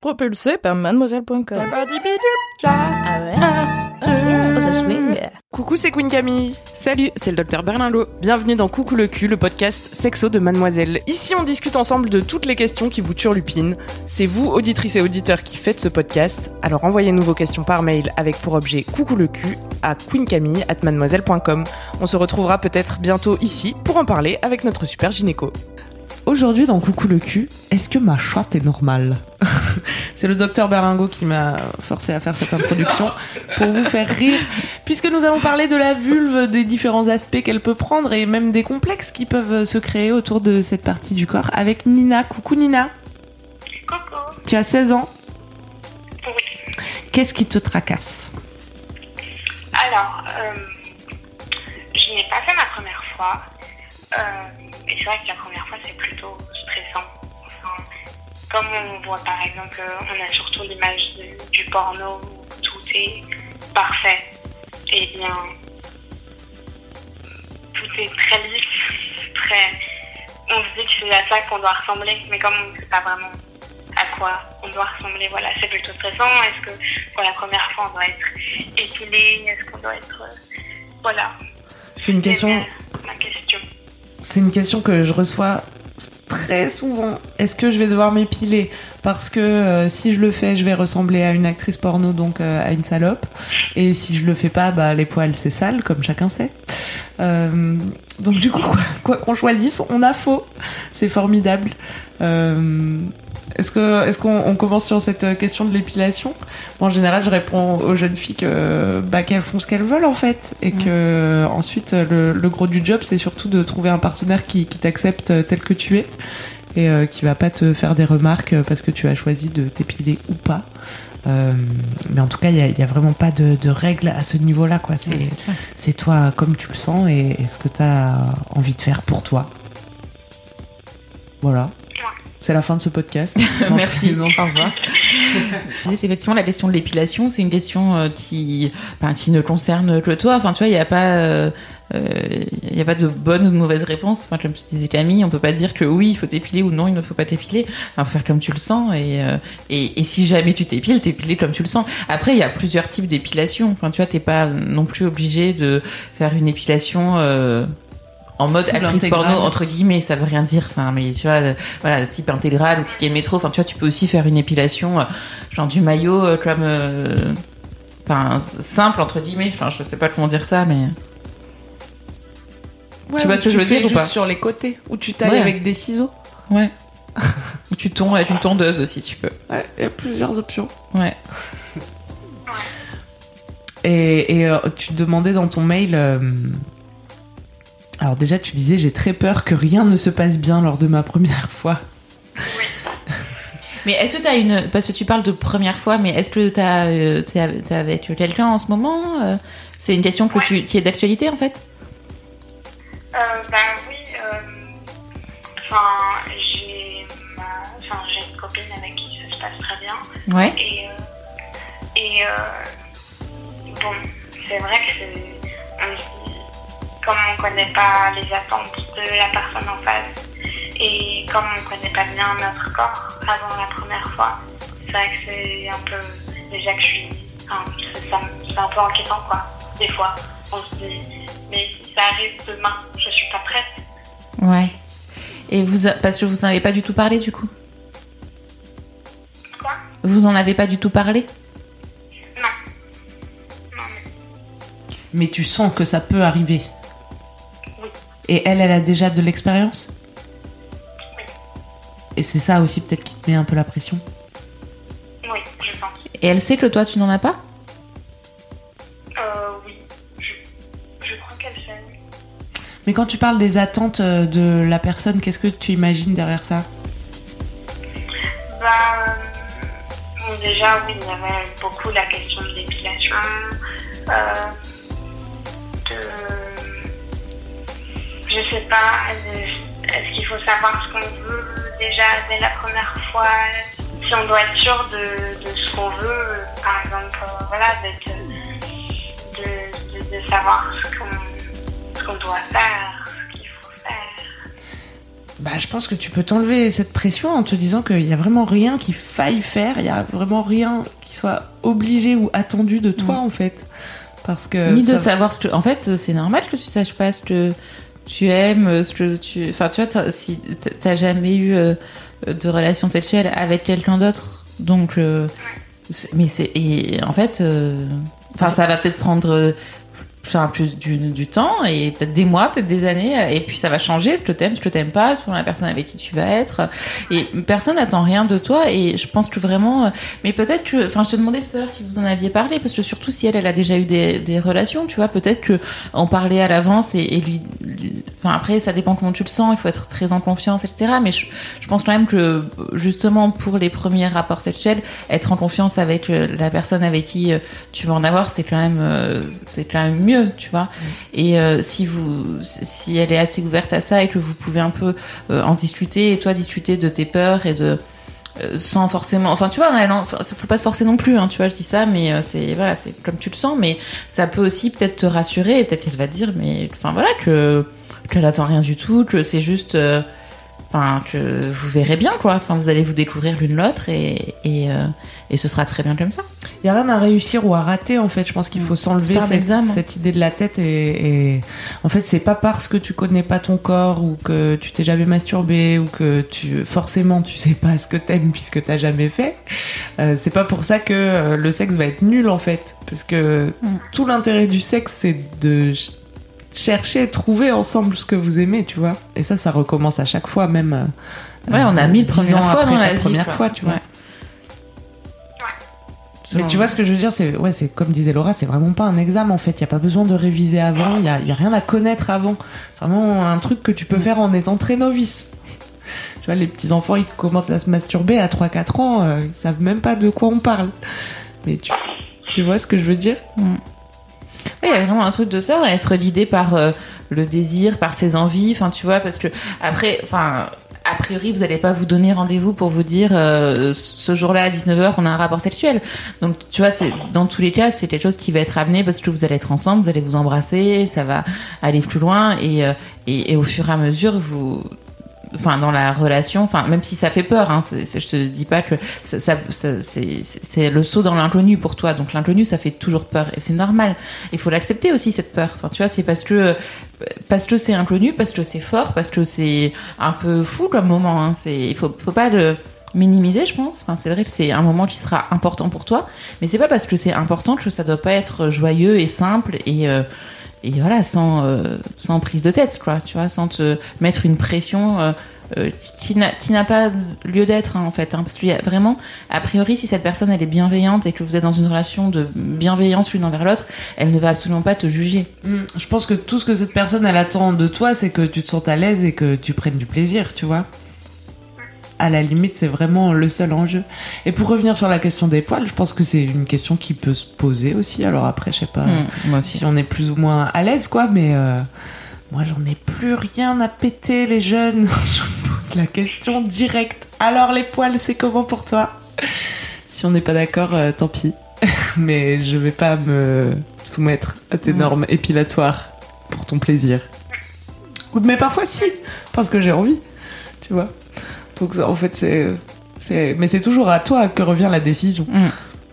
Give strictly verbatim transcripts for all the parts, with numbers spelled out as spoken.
Propulsé par mademoiselle point com. Ah ouais. Oh, ça swing. Coucou, c'est Queen Camille. Salut, c'est le docteur Berlinlot. Bienvenue dans Coucou le cul, le podcast sexo de Mademoiselle. Ici, on discute ensemble de toutes les questions qui vous turlupinent. C'est vous, auditrices et auditeurs, qui faites ce podcast. Alors envoyez-nous vos questions par mail avec pour objet Coucou le cul à queencamille arobase mademoiselle point com. On se retrouvera peut-être bientôt ici pour en parler avec notre super gynéco. Aujourd'hui dans Coucou le cul, est-ce que ma chatte est normale ? C'est le docteur Berlingot qui m'a forcé à faire cette introduction pour vous faire rire, puisque nous allons parler de la vulve, des différents aspects qu'elle peut prendre et même des complexes qui peuvent se créer autour de cette partie du corps avec Nina. Coucou Nina. Coucou. Tu as seize ans ? Oui. Qu'est-ce qui te tracasse ? Alors, euh, je n'ai pas fait ma première fois. Euh, et c'est vrai que la première fois, c'est plutôt stressant. Enfin, comme on voit par exemple, on a surtout l'image de, du porno où tout est parfait. Et bien, tout est très lisse, très... On se dit que c'est à ça qu'on doit ressembler, mais comme on ne sait pas vraiment à quoi on doit ressembler, voilà, c'est plutôt stressant. Est-ce que pour la première fois, on doit être épilé ? Est-ce qu'on doit être... Voilà. C'est une question... C'est ma question. C'est une question que je reçois très souvent. Est-ce que je vais devoir m'épiler ? Parce que euh, si je le fais, je vais ressembler à une actrice porno, donc euh, à une salope. Et si je le fais pas, bah les poils c'est sale, comme chacun sait. Euh, donc du coup, quoi, quoi qu'on choisisse, on a faux. C'est formidable. Euh, est-ce que, est-ce qu'on on commence sur cette question de l'épilation ? Bon, en général, je réponds aux jeunes filles que bah qu'elles font ce qu'elles veulent en fait, et que mmh. ensuite le, le gros du job, c'est surtout de trouver un partenaire qui, qui t'accepte tel que tu es et euh, qui va pas te faire des remarques parce que tu as choisi de t'épiler ou pas. Euh, mais en tout cas, il y a, y a vraiment pas de, de règles à ce niveau-là, quoi. C'est, ouais, c'est, c'est toi comme tu le sens et, et ce que tu as envie de faire pour toi. Voilà. C'est la fin de ce podcast. Merci. Au revoir. Effectivement, la question de l'épilation, c'est une question euh, qui, enfin, qui ne concerne que toi. Enfin, tu vois, il n'y a pas, euh, il y a pas de bonne ou de mauvaise réponse. Enfin, comme tu disais Camille, on peut pas dire que oui, il faut t'épiler ou non, il ne faut pas t'épiler. Enfin, faut faire comme tu le sens et, euh, et, et si jamais tu t'épiles, t'épiler comme tu le sens. Après, il y a plusieurs types d'épilation. Enfin, tu vois, t'es pas non plus obligé de faire une épilation. Euh, en mode full actrice intégrale. Porno entre guillemets, ça veut rien dire, enfin mais tu vois, euh, voilà, type intégral ou ticket métro, enfin tu vois, tu peux aussi faire une épilation euh, genre du maillot euh, comme euh, enfin simple entre guillemets, enfin je sais pas comment dire ça, mais ouais, tu vois ce que je veux dire ou pas, sur les côtés où tu tailles ouais. avec des ciseaux, ouais, ou tu tonds avec une tondeuse aussi, tu peux, ouais, il y a plusieurs options, ouais. Et, et euh, tu te demandais dans ton mail. Euh, Alors déjà, tu disais, j'ai très peur que rien ne se passe bien lors de ma première fois. Oui. Mais est-ce que t'as une... Parce que tu parles de première fois, mais est-ce que t'as, euh, t'es, t'es avec quelqu'un en ce moment ? euh, C'est une question que ouais. tu, qui est d'actualité, en fait ? euh, Bah oui. Enfin, euh, j'ai, ma... enfin, j'ai une copine avec qui ça se passe très bien. Ouais. Et, euh, et euh, bon, c'est vrai que c'est... On... Comme on ne connaît pas les attentes de la personne en face et comme on ne connaît pas bien notre corps avant la première fois, c'est vrai que c'est un peu... Déjà que je suis... Enfin, c'est, ça, c'est un peu inquiétant, quoi. Des fois, on se dit, mais si ça arrive demain, je ne suis pas prête. Ouais. Et vous... Parce que vous n'en avez pas du tout parlé, du coup ? Quoi ? Vous n'en avez pas du tout parlé ? Non. Non, mais... Mais tu sens que ça peut arriver ? Et elle, elle a déjà de l'expérience ? Oui. Et c'est ça aussi peut-être qui te met un peu la pression ? Oui, je pense. Et elle sait que toi, tu n'en as pas ? Euh, oui. Je, je crois qu'elle sait. Mais quand tu parles des attentes de la personne, qu'est-ce que tu imagines derrière ça ? Bah, euh, bon, déjà, oui, il y avait beaucoup la question de l'épilation, euh, de... Je sais pas, est-ce qu'il faut savoir ce qu'on veut déjà dès la première fois ? Si on doit être sûr de, de ce qu'on veut, par exemple, euh, voilà, d'être, de, de, de savoir ce qu'on, ce qu'on doit faire, ce qu'il faut faire. Bah, je pense que tu peux t'enlever cette pression en te disant qu'il y a vraiment rien qu'il faille faire, il y a vraiment rien qui soit obligé ou attendu de toi, mmh. en fait. Parce que ni ça... de savoir ce que, en fait, c'est normal que tu saches pas ce que tu aimes, ce que tu, enfin, tu vois, t'as, si t'as jamais eu euh, de relation sexuelle avec quelqu'un d'autre, donc, euh, c'est, mais c'est, et en fait, enfin, euh, ça va peut-être prendre. Euh, Enfin, plus du, du temps et peut-être des mois, peut-être des années, et puis ça va changer ce que t'aimes, ce que t'aimes pas, selon la personne avec qui tu vas être. Et personne n'attend rien de toi, et je pense que vraiment, mais peut-être que, enfin, je te demandais tout à l'heure si vous en aviez parlé, parce que surtout si elle, elle a déjà eu des, des relations, tu vois, peut-être que en parler à l'avance et, et lui, lui, enfin après, ça dépend comment tu le sens, il faut être très en confiance, et cetera. Mais je, je pense quand même que justement pour les premiers rapports sexuels, être en confiance avec la personne avec qui tu vas en avoir, c'est quand même, c'est quand même mieux. Tu vois, mmh. et euh, si vous, si elle est assez ouverte à ça et que vous pouvez un peu euh, en discuter, et toi discuter de tes peurs et de euh, sans forcément, enfin tu vois, elle, enfin, faut pas se forcer non plus, hein, tu vois, je dis ça, mais euh, c'est voilà, c'est comme tu le sens, mais ça peut aussi peut-être te rassurer et peut-être qu'elle va te dire, mais enfin voilà que qu'elle attend rien du tout, que c'est juste euh, enfin que vous verrez bien quoi, enfin vous allez vous découvrir l'une l'autre et et, euh, et ce sera très bien comme ça. Il y a rien à réussir ou à rater en fait, je pense qu'il faut s'enlever cette, cette idée de la tête et, et en fait c'est pas parce que tu connais pas ton corps ou que tu t'es jamais masturbé ou que tu forcément tu sais pas ce que t'aimes puisque t'as jamais fait, euh, c'est pas pour ça que euh, le sexe va être nul en fait, parce que mm. tout l'intérêt du sexe c'est de chercher, trouver ensemble ce que vous aimez, tu vois. Et ça, ça recommence à chaque fois, même. Euh, ouais, on a mille premières fois dans la vie. Première quoi. fois, tu vois. Ouais. Mais tu vois ce que je veux dire, c'est ouais, c'est comme disait Laura, c'est vraiment pas un examen en fait. Il y a pas besoin de réviser avant. Il y a, y a rien à connaître avant. C'est vraiment un truc que tu peux faire en étant très novice. Tu vois, les petits enfants, ils commencent à se masturber à trois quatre ans, euh, ils savent même pas de quoi on parle. Mais tu, tu vois ce que je veux dire? Mm. Oui, il y a vraiment un truc de ça, être guidé par euh, le désir, par ses envies, enfin tu vois, parce que après, enfin, a priori, vous n'allez pas vous donner rendez-vous pour vous dire euh, ce jour-là à dix-neuf heures, on a un rapport sexuel. Donc tu vois, c'est, dans tous les cas, c'est quelque chose qui va être amené parce que vous allez être ensemble, vous allez vous embrasser, ça va aller plus loin et, euh, et, et au fur et à mesure, vous... Enfin, dans la relation, enfin, même si ça fait peur, hein, c'est, c'est, je te dis pas que ça, ça, ça, c'est, c'est le saut dans l'inconnu pour toi. Donc l'inconnu, ça fait toujours peur et c'est normal. Il faut l'accepter aussi cette peur. Enfin, tu vois, c'est parce que parce que c'est inconnu, parce que c'est fort, parce que c'est un peu fou comme moment. Hein. C'est, il faut, faut pas le minimiser, je pense. Enfin, c'est vrai que c'est un moment qui sera important pour toi, mais c'est pas parce que c'est important que ça doit pas être joyeux et simple et euh, et voilà, sans, euh, sans prise de tête, quoi, tu vois, sans te mettre une pression euh, euh, qui, n'a, qui n'a pas lieu d'être, hein, en fait. Hein, parce qu'il y a vraiment, a priori, si cette personne, elle est bienveillante et que vous êtes dans une relation de bienveillance l'une envers l'autre, elle ne va absolument pas te juger. Mmh. Je pense que tout ce que cette personne, elle attend de toi, c'est que tu te sentes à l'aise et que tu prennes du plaisir, tu vois. À la limite, c'est vraiment le seul enjeu. Et pour revenir sur la question des poils, je pense que c'est une question qui peut se poser aussi. Alors après, je sais pas mmh, moi aussi. Si on est plus ou moins à l'aise, quoi, mais euh, moi, j'en ai plus rien à péter, les jeunes. Je me pose la question directe. Alors, les poils, c'est comment pour toi? Si on n'est pas d'accord, euh, tant pis. Mais je vais pas me soumettre à tes mmh. normes épilatoires pour ton plaisir. Mais parfois, si, parce que j'ai envie, tu vois. Donc en fait c'est, c'est... Mais c'est toujours à toi que revient la décision. Mmh.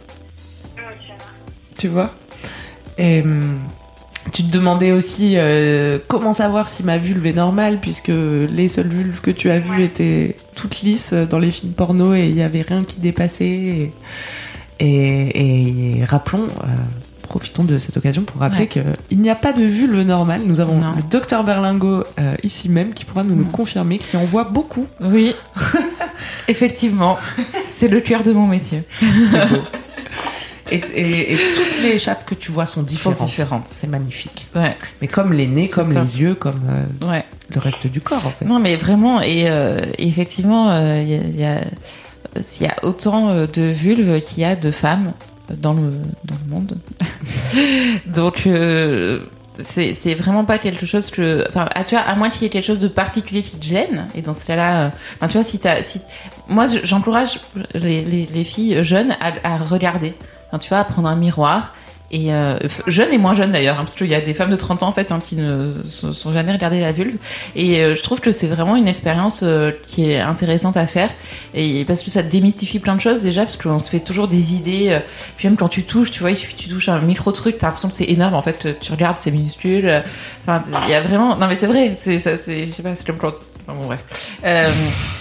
Tu vois. Et hum, tu te demandais aussi euh, comment savoir si ma vulve est normale, puisque les seules vulves que tu as vues étaient toutes lisses dans les films porno et il n'y avait rien qui dépassait. Et, et, et rappelons... Euh, profitons de cette occasion pour rappeler ouais. qu'il n'y a pas de vulve normale. Nous avons non. le docteur Berlingot euh, ici même qui pourra nous mmh. le confirmer, qui en voit beaucoup. Oui, effectivement. C'est le cœur de mon métier. C'est beau. Et, et, et toutes les chattes que tu vois sont différentes. Sont différentes. C'est magnifique. Ouais. Mais comme les nez, c'est comme ça. les yeux, comme euh, ouais. le reste du corps en fait. Non mais vraiment, et euh, effectivement, il euh, y, y, a, y a autant de vulves qu'il y a de femmes dans le, dans le monde. Donc, euh, c'est, c'est vraiment pas quelque chose que... Enfin, tu vois, à moins qu'il y ait quelque chose de particulier qui te gêne, et dans ce cas-là... Euh, enfin, tu vois, si t'as... Si, moi, j'encourage les, les, les filles jeunes à, à regarder. Enfin, tu vois, à prendre un miroir Et euh, jeunes et moins jeunes d'ailleurs, hein, parce qu'il y a des femmes de trente ans en fait hein, qui ne se sont jamais regardées la vulve. Et euh, je trouve que c'est vraiment une expérience euh, qui est intéressante à faire. Et parce que ça démystifie plein de choses déjà, parce qu'on se fait toujours des idées. Euh, puis même quand tu touches, tu vois, il suffit que tu touches un micro truc, t'as l'impression que c'est énorme. En fait, tu regardes, c'est minuscule. Enfin, il y a vraiment. Non mais c'est vrai. C'est ça. C'est. Je sais pas. C'est comme quand. Enfin, bon bref. Euh...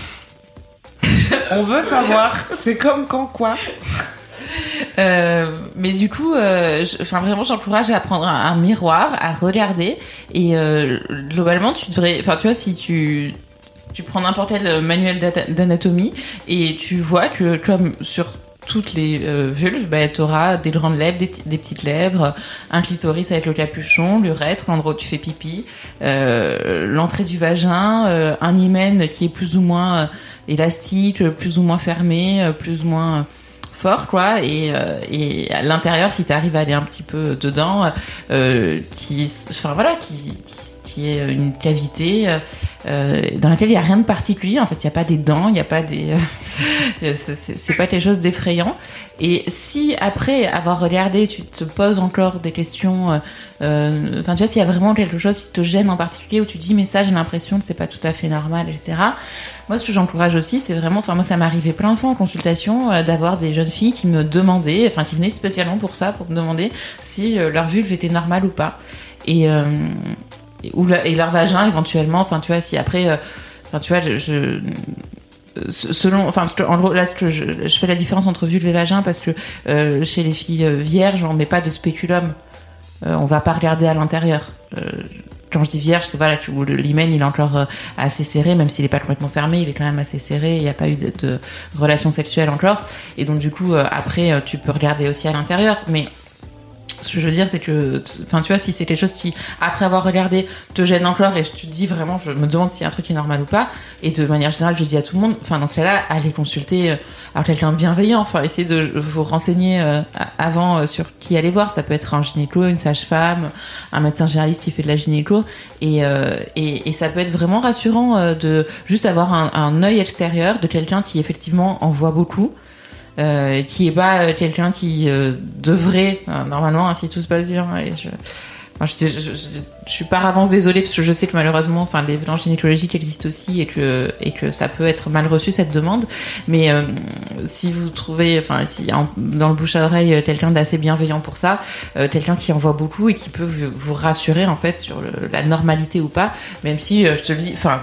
On veut savoir. C'est comme quand quoi. Euh, mais du coup, euh, je, enfin vraiment, j'encourage à prendre un, un miroir, à regarder. Et euh, globalement, tu devrais, enfin tu vois, si tu tu prends n'importe quel manuel d'anatomie et tu vois que comme sur toutes les euh, vulves, bah, tu auras des grandes lèvres, des, des petites lèvres, un clitoris avec le capuchon, l'urètre, l'endroit où tu fais pipi, euh, l'entrée du vagin, euh, un hymen qui est plus ou moins euh, élastique, plus ou moins fermé, euh, plus ou moins... Euh, fort quoi et euh, et à l'intérieur si tu arrives à aller un petit peu dedans euh, qui enfin voilà qui, qui qui est une cavité euh, dans laquelle il y a rien de particulier en fait, il y a pas des dents, il y a pas des euh, c'est, c'est, c'est pas quelque chose d'effrayant. Et si après avoir regardé tu te poses encore des questions enfin euh, tu vois s'il y a vraiment quelque chose qui te gêne en particulier, où tu dis mais ça j'ai l'impression que c'est pas tout à fait normal, etc. Moi, ce que j'encourage aussi, c'est vraiment, enfin moi, ça m'est arrivé plein de fois en consultation euh, d'avoir des jeunes filles qui me demandaient, enfin qui venaient spécialement pour ça, pour me demander si euh, leur vulve était normale ou pas, et euh, et, ou la, et leur vagin éventuellement, enfin tu vois, si après, euh, enfin tu vois, je, je selon, enfin parce que en gros là, ce que je, je fais la différence entre vulve et vagin parce que euh, chez les filles vierges, on met pas de spéculum, euh, on va pas regarder à l'intérieur. Euh, Quand je dis vierge, c'est voilà, où le l'hymen il est encore euh, assez serré, même s'il est pas complètement fermé, il est quand même assez serré. Il n'y a pas eu de, de relation sexuelle encore, et donc du coup euh, après euh, tu peux regarder aussi à l'intérieur. Mais ce que je veux dire, c'est que, enfin, tu vois, si c'est quelque chose qui, après avoir regardé, te gêne encore et tu te dis vraiment, je me demande si un truc est normal ou pas, et de manière générale, je dis à tout le monde, enfin, dans ce cas-là, allez consulter, euh, alors quelqu'un de bienveillant, enfin, essayez de vous renseigner euh, avant euh, sur qui aller voir. Ça peut être un gynéco, une sage-femme, un médecin généraliste qui fait de la gynéco, et, euh, et, et ça peut être vraiment rassurant euh, de juste avoir un, un œil extérieur de quelqu'un qui effectivement en voit beaucoup. Euh, qui est pas euh, quelqu'un qui euh, devrait euh, normalement hein, si tout se passe bien et je, enfin, je, je, je, je suis par avance désolée parce que je sais que malheureusement enfin les violences gynécologiques existent aussi et que et que ça peut être mal reçu cette demande, mais euh, si vous trouvez enfin si en, dans le bouche à oreille quelqu'un d'assez bienveillant pour ça, euh, quelqu'un qui en voit beaucoup et qui peut vous, vous rassurer en fait sur le, la normalité ou pas, même si euh, je te le dis enfin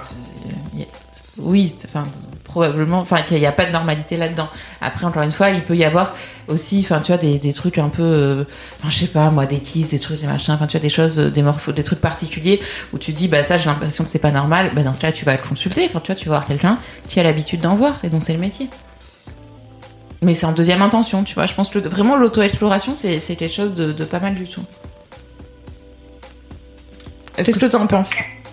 oui enfin probablement, enfin qu'il n'y a pas de normalité là-dedans. Après, encore une fois, il peut y avoir aussi, enfin tu vois, des, des trucs un peu, euh, enfin je sais pas moi, des kisses, des trucs, des machins, enfin tu vois, des choses, des morphos, des trucs particuliers où tu dis bah ça j'ai l'impression que c'est pas normal. Bah dans ce cas-là, tu vas le consulter. Enfin tu vois, tu vas voir quelqu'un qui a l'habitude d'en voir et dont c'est le métier. Mais c'est en deuxième intention, tu vois. Je pense que vraiment l'auto-exploration, c'est c'est quelque chose de, de pas mal du tout. Est-ce Qu'est-ce que, que t'en penses?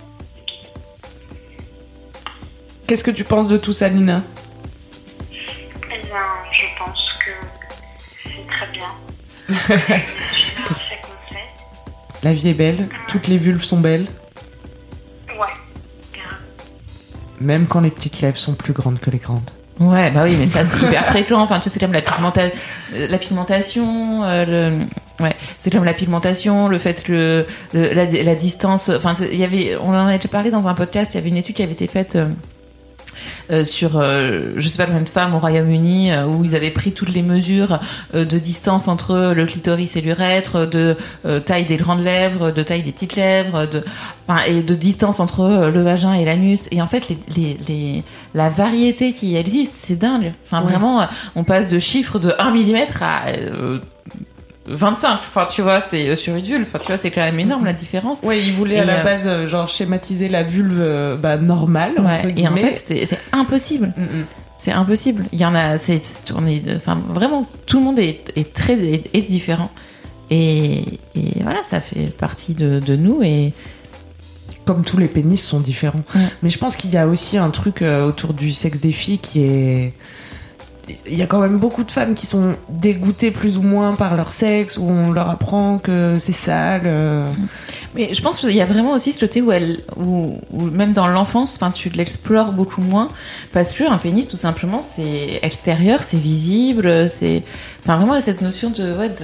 Qu'est-ce que tu penses de tout ça, Nina? Eh bien, je pense que c'est très bien. Je suis assez conseil. La vie est belle, toutes les vulves sont belles. Ouais, grave. Même quand les petites lèvres sont plus grandes que les grandes. Ouais, bah oui, mais ça c'est hyper fréquent. Enfin, tu sais, c'est comme la, pigmenta- la pigmentation, euh, le... ouais, c'est comme la pigmentation, le fait que le, la, la distance. Enfin, il y avait, on en a déjà parlé dans un podcast. Il y avait une étude qui avait été faite. Euh, Euh, sur, euh, je sais pas combien de femmes au Royaume-Uni euh, où ils avaient pris toutes les mesures euh, de distance entre le clitoris et l'urètre, de euh, taille des grandes lèvres, de taille des petites lèvres, de, enfin, et de distance entre euh, le vagin et l'anus. Et en fait, les, les, les, la variété qui existe, c'est dingue. Enfin, ouais. Vraiment, on passe de chiffres de un millimètre à euh, vingt-cinq, enfin tu vois, c'est sur une vulve, enfin tu vois, c'est quand même énorme la différence. Ouais, il voulait à la euh... base euh, genre schématiser la vulve euh, bah normale ouais, entre guillemets. Et en fait, c'était, c'est impossible. Mm-mm. C'est impossible. Il y en a, c'est tourné, enfin vraiment, tout le monde est, est très est, est différent. Et, et voilà, ça fait partie de, de nous et comme tous les pénis sont différents. Ouais. Mais je pense qu'il y a aussi un truc euh, autour du sexe des filles qui est il y a quand même beaucoup de femmes qui sont dégoûtées plus ou moins par leur sexe, où on leur apprend que c'est sale. Euh... Mais je pense qu'il y a vraiment aussi ce côté où, elle, où, où même dans l'enfance, tu l'explores beaucoup moins, parce qu'un pénis, tout simplement, c'est extérieur, c'est visible, c'est... Enfin, vraiment, cette notion de, ouais, de,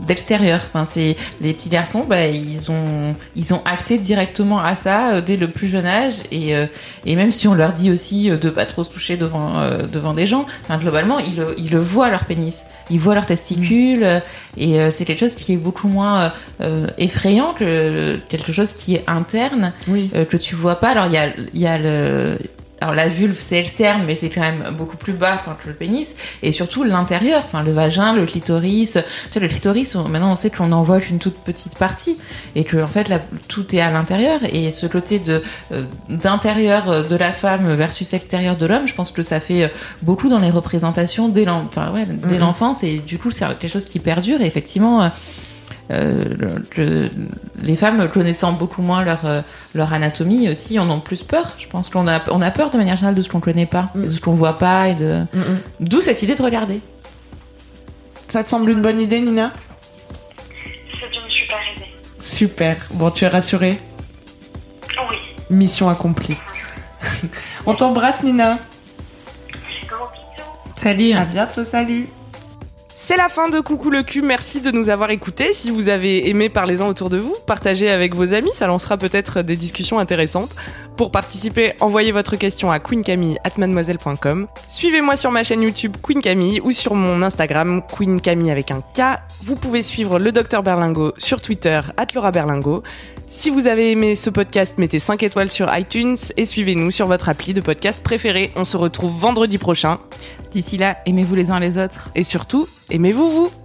d'extérieur. Enfin, c'est les petits garçons, bah, ils ont ils ont accès directement à ça euh, dès le plus jeune âge et euh, et même si on leur dit aussi euh, de pas trop se toucher devant euh, devant des gens, enfin globalement ils le, ils le voient leur pénis, ils voient leurs testicules mmh. euh, et euh, c'est quelque chose qui est beaucoup moins euh, effrayant que quelque chose qui est interne oui. euh, que tu vois pas. Alors il y a il y a le Alors la vulve c'est externe mais c'est quand même beaucoup plus bas que le pénis et surtout l'intérieur, enfin le vagin, le clitoris. Tu sais, le clitoris maintenant on sait qu'on n'en voit qu'une toute petite partie et que en fait là, tout est à l'intérieur et ce côté de euh, d'intérieur de la femme versus extérieur de l'homme, je pense que ça fait beaucoup dans les représentations dès, l'en... enfin, ouais, dès mmh. l'enfance et du coup c'est quelque chose qui perdure et effectivement. Euh, Euh, le, les femmes connaissant beaucoup moins leur, euh, leur anatomie aussi en ont plus peur. Je pense qu'on a, on a peur de manière générale de ce qu'on connaît pas, mm. de ce qu'on voit pas et de... Mm-mm. D'où cette idée de regarder. Ça te semble une bonne idée, Nina ? C'est une super idée. Super. Bon, tu es rassurée ? Oui. Mission accomplie. On t'embrasse, Nina. Gros bisous. Salut. À bientôt, salut. C'est la fin de Coucou le cul, merci de nous avoir écoutés. Si vous avez aimé, parlez-en autour de vous, partagez avec vos amis, ça lancera peut-être des discussions intéressantes. Pour participer, envoyez votre question à queen camille arobase mademoiselle point com. Suivez-moi sur ma chaîne YouTube Queen Camille ou sur mon Instagram Queen Camille avec un K. Vous pouvez suivre le docteur Berlingot sur Twitter arobase Laura Berlingot. Si vous avez aimé ce podcast, mettez cinq étoiles sur iTunes et suivez-nous sur votre appli de podcast préférée. On se retrouve vendredi prochain. D'ici là, aimez-vous les uns les autres. Et surtout, aimez-vous vous.